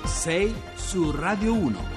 Sei su Radio 1.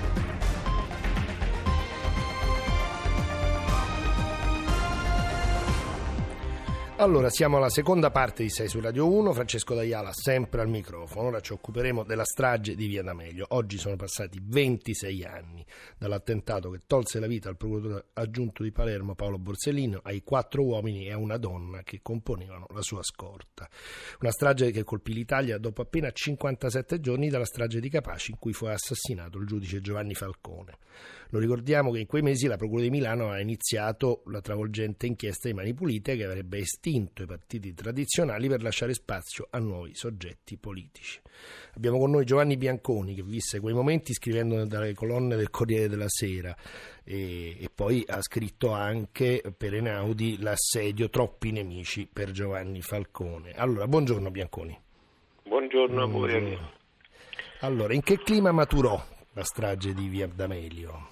Allora, siamo alla seconda parte di 6 su Radio 1, Francesco D'Aiala sempre al microfono. Ora ci occuperemo della strage di Via D'Amelio. Oggi sono passati 26 anni dall'attentato che tolse la vita al procuratore aggiunto di Palermo Paolo Borsellino, ai 4 uomini e a una donna che componevano la sua scorta. Una strage che colpì l'Italia dopo appena 57 giorni dalla strage di Capaci, in cui fu assassinato il giudice Giovanni Falcone. Lo ricordiamo che in quei mesi la Procura di Milano ha iniziato la travolgente inchiesta di Mani Pulite, che avrebbe estinto i partiti tradizionali per lasciare spazio a nuovi soggetti politici. Abbiamo con noi Giovanni Bianconi, che visse quei momenti scrivendo dalle colonne del Corriere della Sera e poi ha scritto anche per Einaudi l'assedio Troppi nemici per Giovanni Falcone. Allora, buongiorno Bianconi. Buongiorno a voi. Allora, in che clima maturò la strage di Via D'Amelio?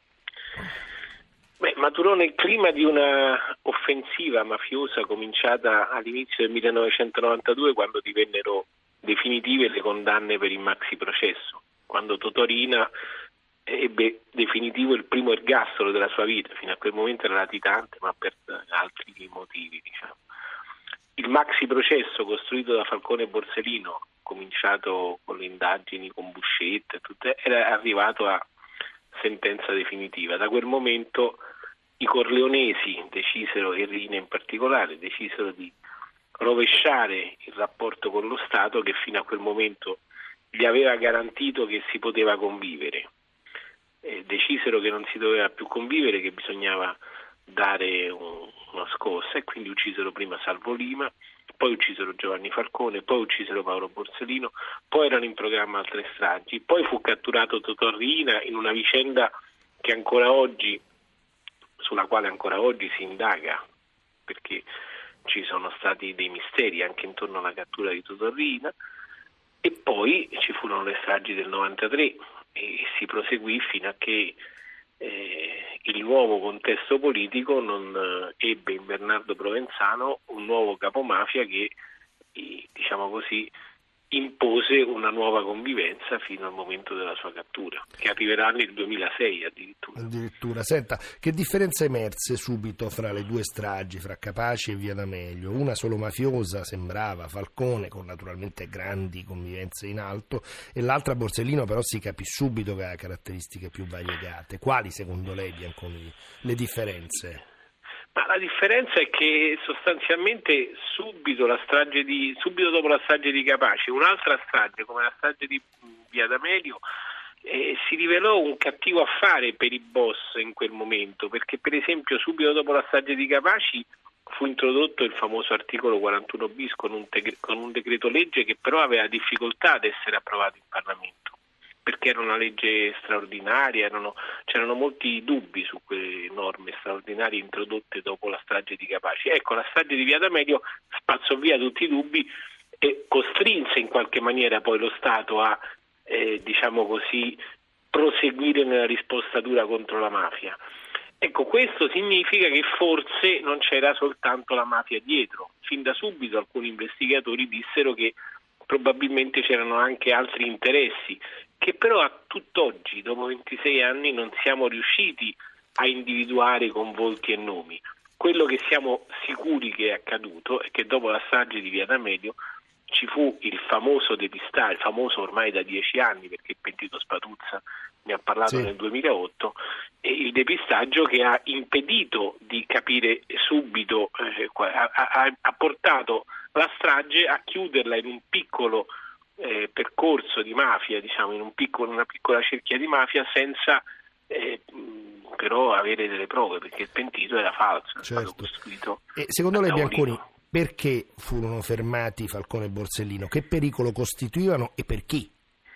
Maturò nel clima di una offensiva mafiosa cominciata all'inizio del 1992, quando divennero definitive le condanne per il maxi processo, quando Totò Riina ebbe definitivo il primo ergastolo della sua vita. Fino a quel momento era latitante, ma per altri motivi, diciamo. Il maxi processo costruito da Falcone e Borsellino, cominciato con le indagini con Buscetta e tutto, era arrivato a sentenza definitiva. Da quel momento i corleonesi decisero, e Riina in particolare, decisero di rovesciare il rapporto con lo Stato, che fino a quel momento gli aveva garantito che si poteva convivere. Decisero che non si doveva più convivere, che bisognava dare una scossa, e quindi uccisero prima Salvo Lima, poi uccisero Giovanni Falcone, poi uccisero Paolo Borsellino, poi erano in programma altre stragi, poi fu catturato Totò Riina in una vicenda che sulla quale ancora oggi si indaga, perché ci sono stati dei misteri anche intorno alla cattura di Totò Riina, e poi ci furono le stragi del 93 e si proseguì fino a che il nuovo contesto politico non ebbe in Bernardo Provenzano un nuovo capomafia che, diciamo così, impose una nuova convivenza fino al momento della sua cattura, che arriverà nel 2006 addirittura. Senta, che differenza emerse subito fra le due stragi, fra Capaci e Via D'Amelio? Una solo mafiosa, sembrava, Falcone, con naturalmente grandi convivenze in alto, e l'altra Borsellino, però si capì subito che aveva caratteristiche più variegate. Quali, secondo lei, Bianconi, le differenze? Ma la differenza è che sostanzialmente subito dopo la strage di Capaci, un'altra strage come la strage di Via D'Amelio si rivelò un cattivo affare per i boss in quel momento, perché per esempio subito dopo la strage di Capaci fu introdotto il famoso articolo 41 bis con un decreto legge che però aveva difficoltà ad essere approvato in Parlamento, perché era una legge straordinaria, c'erano molti dubbi su quelle norme straordinarie introdotte dopo la strage di Capaci. Ecco, la strage di Via D'Amelio spazzò via tutti i dubbi e costrinse in qualche maniera poi lo Stato a, diciamo così, proseguire nella risposta dura contro la mafia. Ecco, questo significa che forse non c'era soltanto la mafia dietro. Fin da subito alcuni investigatori dissero che probabilmente c'erano anche altri interessi, che però a tutt'oggi, dopo 26 anni, non siamo riusciti a individuare con volti e nomi. Quello che siamo sicuri che è accaduto è che dopo la strage di Via D'Amelio ci fu il famoso depistaggio, il famoso ormai da 10 anni, perché il pentito Spatuzza ne ha parlato nel 2008, e il depistaggio che ha impedito di capire subito, ha portato la strage a chiuderla in un piccolo percorso di mafia, diciamo, in una piccola cerchia di mafia, senza però avere delle prove, perché il pentito era falso. Certo. E secondo lei, Bianconi, perché furono fermati Falcone e Borsellino? Che pericolo costituivano e per chi?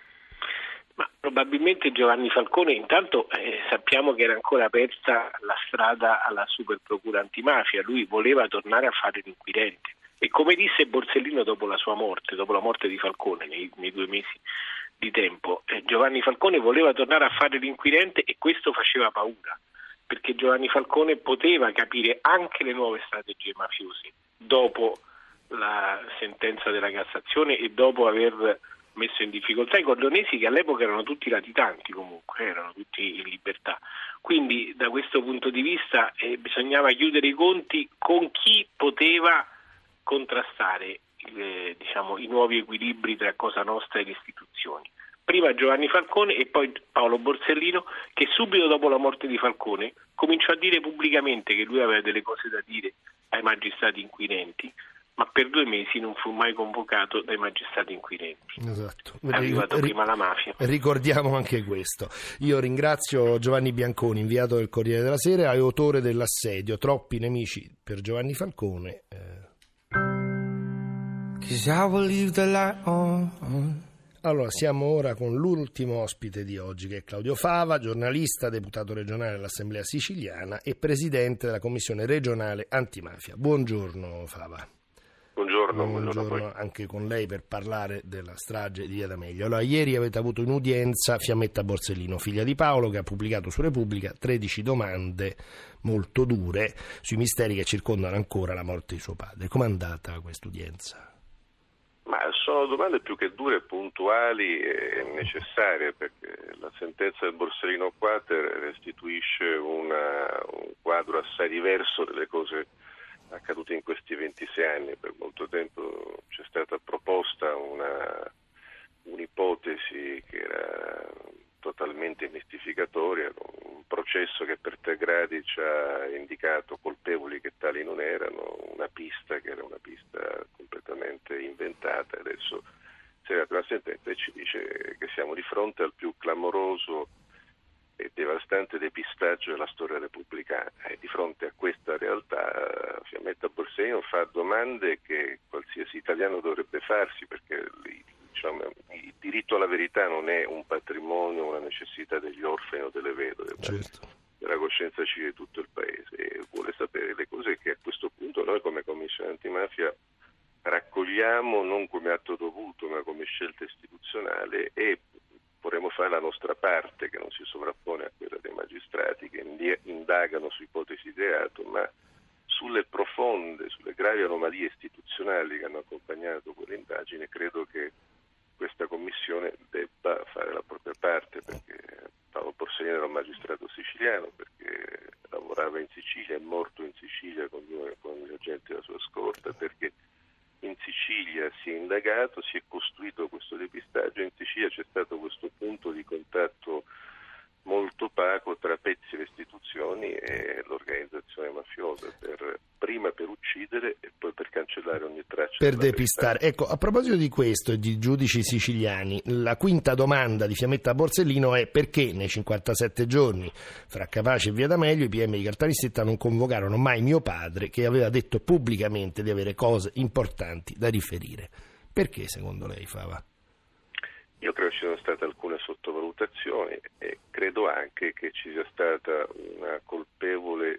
Ma probabilmente Giovanni Falcone, intanto sappiamo che era ancora aperta la strada alla super procura antimafia, lui voleva tornare a fare l'inquirente. E come disse Borsellino dopo la sua morte, dopo la morte di Falcone, nei 2 mesi di tempo, Giovanni Falcone voleva tornare a fare l'inquirente, e questo faceva paura, perché Giovanni Falcone poteva capire anche le nuove strategie mafiose dopo la sentenza della Cassazione e dopo aver messo in difficoltà i cordonesi, che all'epoca erano tutti latitanti, comunque erano tutti in libertà. Quindi da questo punto di vista bisognava chiudere i conti con chi poteva contrastare i nuovi equilibri tra Cosa Nostra e le istituzioni. Prima Giovanni Falcone e poi Paolo Borsellino, che subito dopo la morte di Falcone cominciò a dire pubblicamente che lui aveva delle cose da dire ai magistrati inquirenti, ma per 2 mesi non fu mai convocato dai magistrati inquirenti. Esatto. È arrivata prima la mafia. Ricordiamo anche questo. Io ringrazio Giovanni Bianconi, inviato del Corriere della Sera e autore dell'assedio Troppi nemici per Giovanni Falcone. Allora, siamo ora con l'ultimo ospite di oggi, che è Claudio Fava, giornalista, deputato regionale all'Assemblea siciliana e presidente della Commissione regionale antimafia. Buongiorno Fava. Buongiorno anche con lei per parlare della strage di Via D'Amelio. Allora, ieri avete avuto in udienza Fiammetta Borsellino, figlia di Paolo, che ha pubblicato su Repubblica 13 domande molto dure sui misteri che circondano ancora la morte di suo padre. Com'è andata quest'udienza? Ma sono domande più che dure, puntuali e necessarie, perché la sentenza del Borsellino Quater restituisce un quadro assai diverso delle cose accadute in questi 26 anni. Per molto tempo c'è stata proposta un'ipotesi che era totalmente mistificatoria, un processo che per 3 gradi ci ha indicato colpevoli che tali non erano, una pista che era una pista completamente inventata. Adesso si è arrivata una sentenza e ci dice che siamo di fronte al più clamoroso e devastante depistaggio della storia repubblicana, e di fronte a questa realtà Fiammetta Borsellino fa domande che qualsiasi italiano dovrebbe farsi, perché il diritto alla verità non è un patrimonio, una necessità degli orfani o delle vedove, certo, della coscienza civile di tutto il paese, e vuole sapere le cose che a questo punto noi come Commissione Antimafia raccogliamo non come atto dovuto ma come scelta istituzionale, e vorremmo fare la nostra parte, che non si sovrappone a quella dei magistrati che indagano su ipotesi di reato, ma sulle profonde, sulle gravi anomalie istituzionali che hanno accompagnato quell'indagine. Credo che questa commissione debba fare la propria parte, perché Paolo Borsellino era un magistrato siciliano, perché lavorava in Sicilia, è morto in Sicilia con gli agenti della sua scorta, perché in Sicilia si è indagato, si è costruito questo depistaggio, in Sicilia c'è stato questo punto di contatto molto opaco tra pezzi delle istituzioni e l'organizzazione mafiosa, prima per uccidere e poi per cancellare ogni traccia per della depistare. Ecco, a proposito di questo e di giudici siciliani, la quinta domanda di Fiammetta Borsellino è: perché nei 57 giorni fra Capaci e Via D'Amelio i PM di Caltanissetta non convocarono mai mio padre, che aveva detto pubblicamente di avere cose importanti da riferire? Perché secondo lei, Fava? Io credo ci siano state alcune sottovalutazioni e credo anche che ci sia stata una colpevole,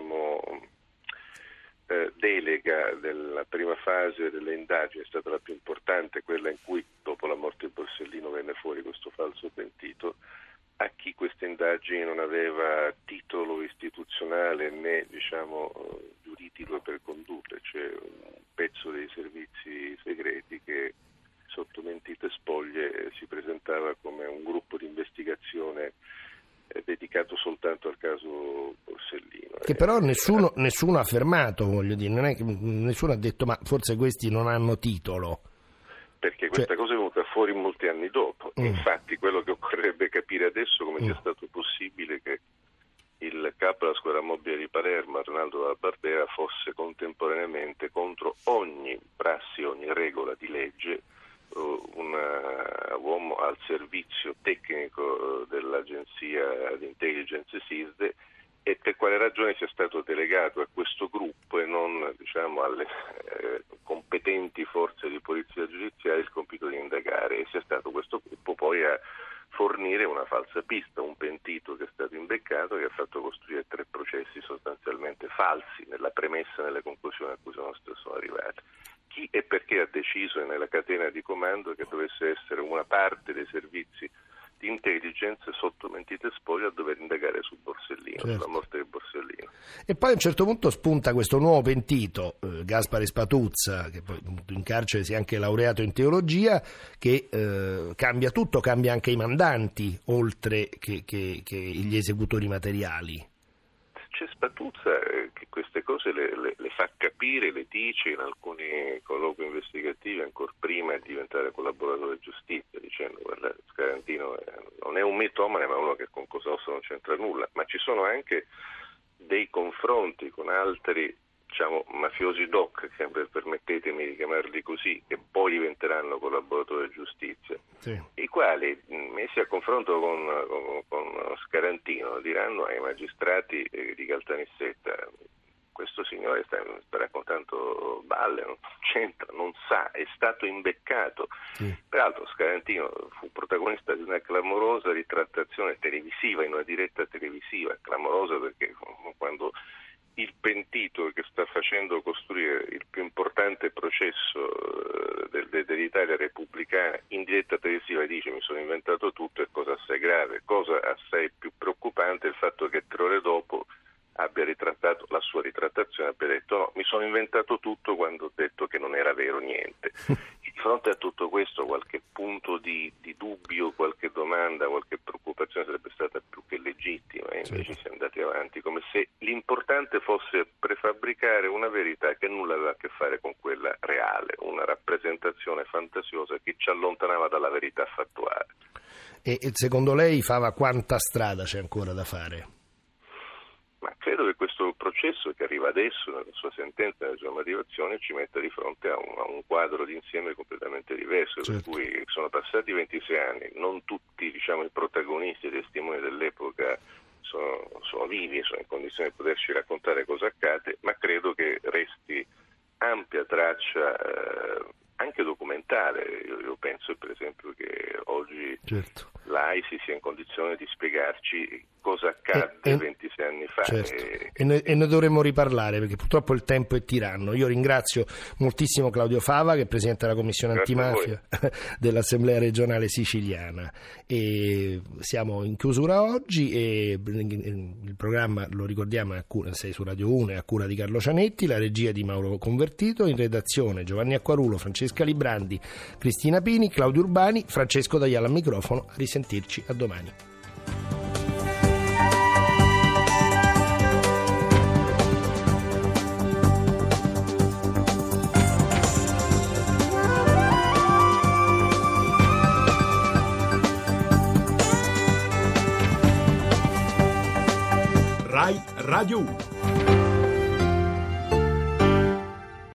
delega della prima fase delle indagini. È stata la più importante, quella in cui dopo la morte di Borsellino venne fuori questo falso pentito, a chi queste indagini non aveva titolo istituzionale né giuridico per condurre, cioè un pezzo dei servizi segreti che sotto mentite spoglie si presentava come un gruppo di investigazione dedicato soltanto al caso Borsellino. Che però nessuno ha fermato, voglio dire, non è che nessuno ha detto ma forse questi non hanno titolo. Perché questa cosa è venuta fuori molti anni dopo. Infatti quello che occorrerebbe capire adesso è come sia stato possibile che il capo della squadra mobile di Palermo, Arnaldo Dalla Barbera, fosse contemporaneamente contro ogni prassi, ogni regola di legge, un uomo al servizio tecnico dell'agenzia di intelligence SISDE, e per quale ragione sia stato delegato a questo gruppo e non alle competenti forze di polizia giudiziaria il compito di indagare, e sia stato questo gruppo poi a fornire una falsa pista, un pentito che è stato imbeccato, che ha fatto costruire 3 processi sostanzialmente falsi nella premessa e nelle conclusioni a cui sono arrivati. Chi e perché ha deciso nella catena di comando che dovesse essere una parte dei servizi di intelligence sotto mentite spoglie a dover indagare su Borsellino, certo, sulla morte di Borsellino. E poi a un certo punto spunta questo nuovo pentito, Gaspare Spatuzza, che poi in carcere si è anche laureato in teologia, che cambia tutto, cambia anche i mandanti, oltre che gli esecutori materiali. C'è Spatuzza che queste cose le fa capire, le dice in alcuni colloqui investigativi ancora prima di diventare collaboratore di giustizia, dicendo: guardate, Scarantino non è un mitomane, ma uno che con Cosa Nostra non c'entra nulla. Ma ci sono anche dei confronti con altri, diciamo, mafiosi doc, che permettetemi di chiamarli così, che poi diventeranno collaboratori di giustizia, sì, i quali, messi a confronto con Scarantino, diranno ai magistrati di Caltanissetta: questo signore sta raccontando balle, non c'entra, non sa, è stato imbeccato. Sì. Peraltro Scarantino fu protagonista di una clamorosa ritrattazione televisiva, in una diretta televisiva, clamorosa perché quando il pentito che sta facendo costruire il più importante processo dell'Italia repubblicana in diretta televisiva dice: mi sono inventato tutto, è cosa assai grave. Cosa assai più preoccupante è il fatto che 3 ore dopo abbia ritrattato la sua ritrattazione, abbia detto: no, mi sono inventato tutto quando ho detto che non era vero niente. Di fronte a tutto questo qualche punto di dubbio, qualche domanda, qualche preoccupazione sarebbe stata più che legittima, e invece si è andati avanti come se l'importante fosse prefabbricare una verità che nulla aveva a che fare con quella reale, una rappresentazione fantasiosa che ci allontanava dalla verità fattuale. E secondo lei, Fava, quanta strada c'è ancora da fare? Ma credo che questo processo che arriva adesso, nella sua sentenza, nella sua motivazione, ci metta di fronte a un quadro d'insieme completamente diverso, certo, per cui sono passati 26 anni, non tutti, diciamo, i protagonisti e i testimoni dell'epoca sono vivi e sono in condizione di poterci raccontare cosa accade, ma credo che resti ampia traccia anche documentale. Io penso per esempio che oggi, certo, l'AISI sia in condizione di spiegarci cosa accadde 26 anni fa. Certo. E ne dovremmo riparlare, perché purtroppo il tempo è tiranno. Io ringrazio moltissimo Claudio Fava, che è presidente della Commissione Antimafia dell'Assemblea regionale siciliana. E siamo in chiusura oggi e il programma, lo ricordiamo, è a cura, sei su Radio 1, è a cura di Carlo Cianetti, la regia di Mauro Convertito, in redazione Giovanni Acquarulo, Francesca Librandi, Cristina Pini, Claudio Urbani, Francesco D'Aiala al microfono. A risentirci, a domani. Rai Radio 1.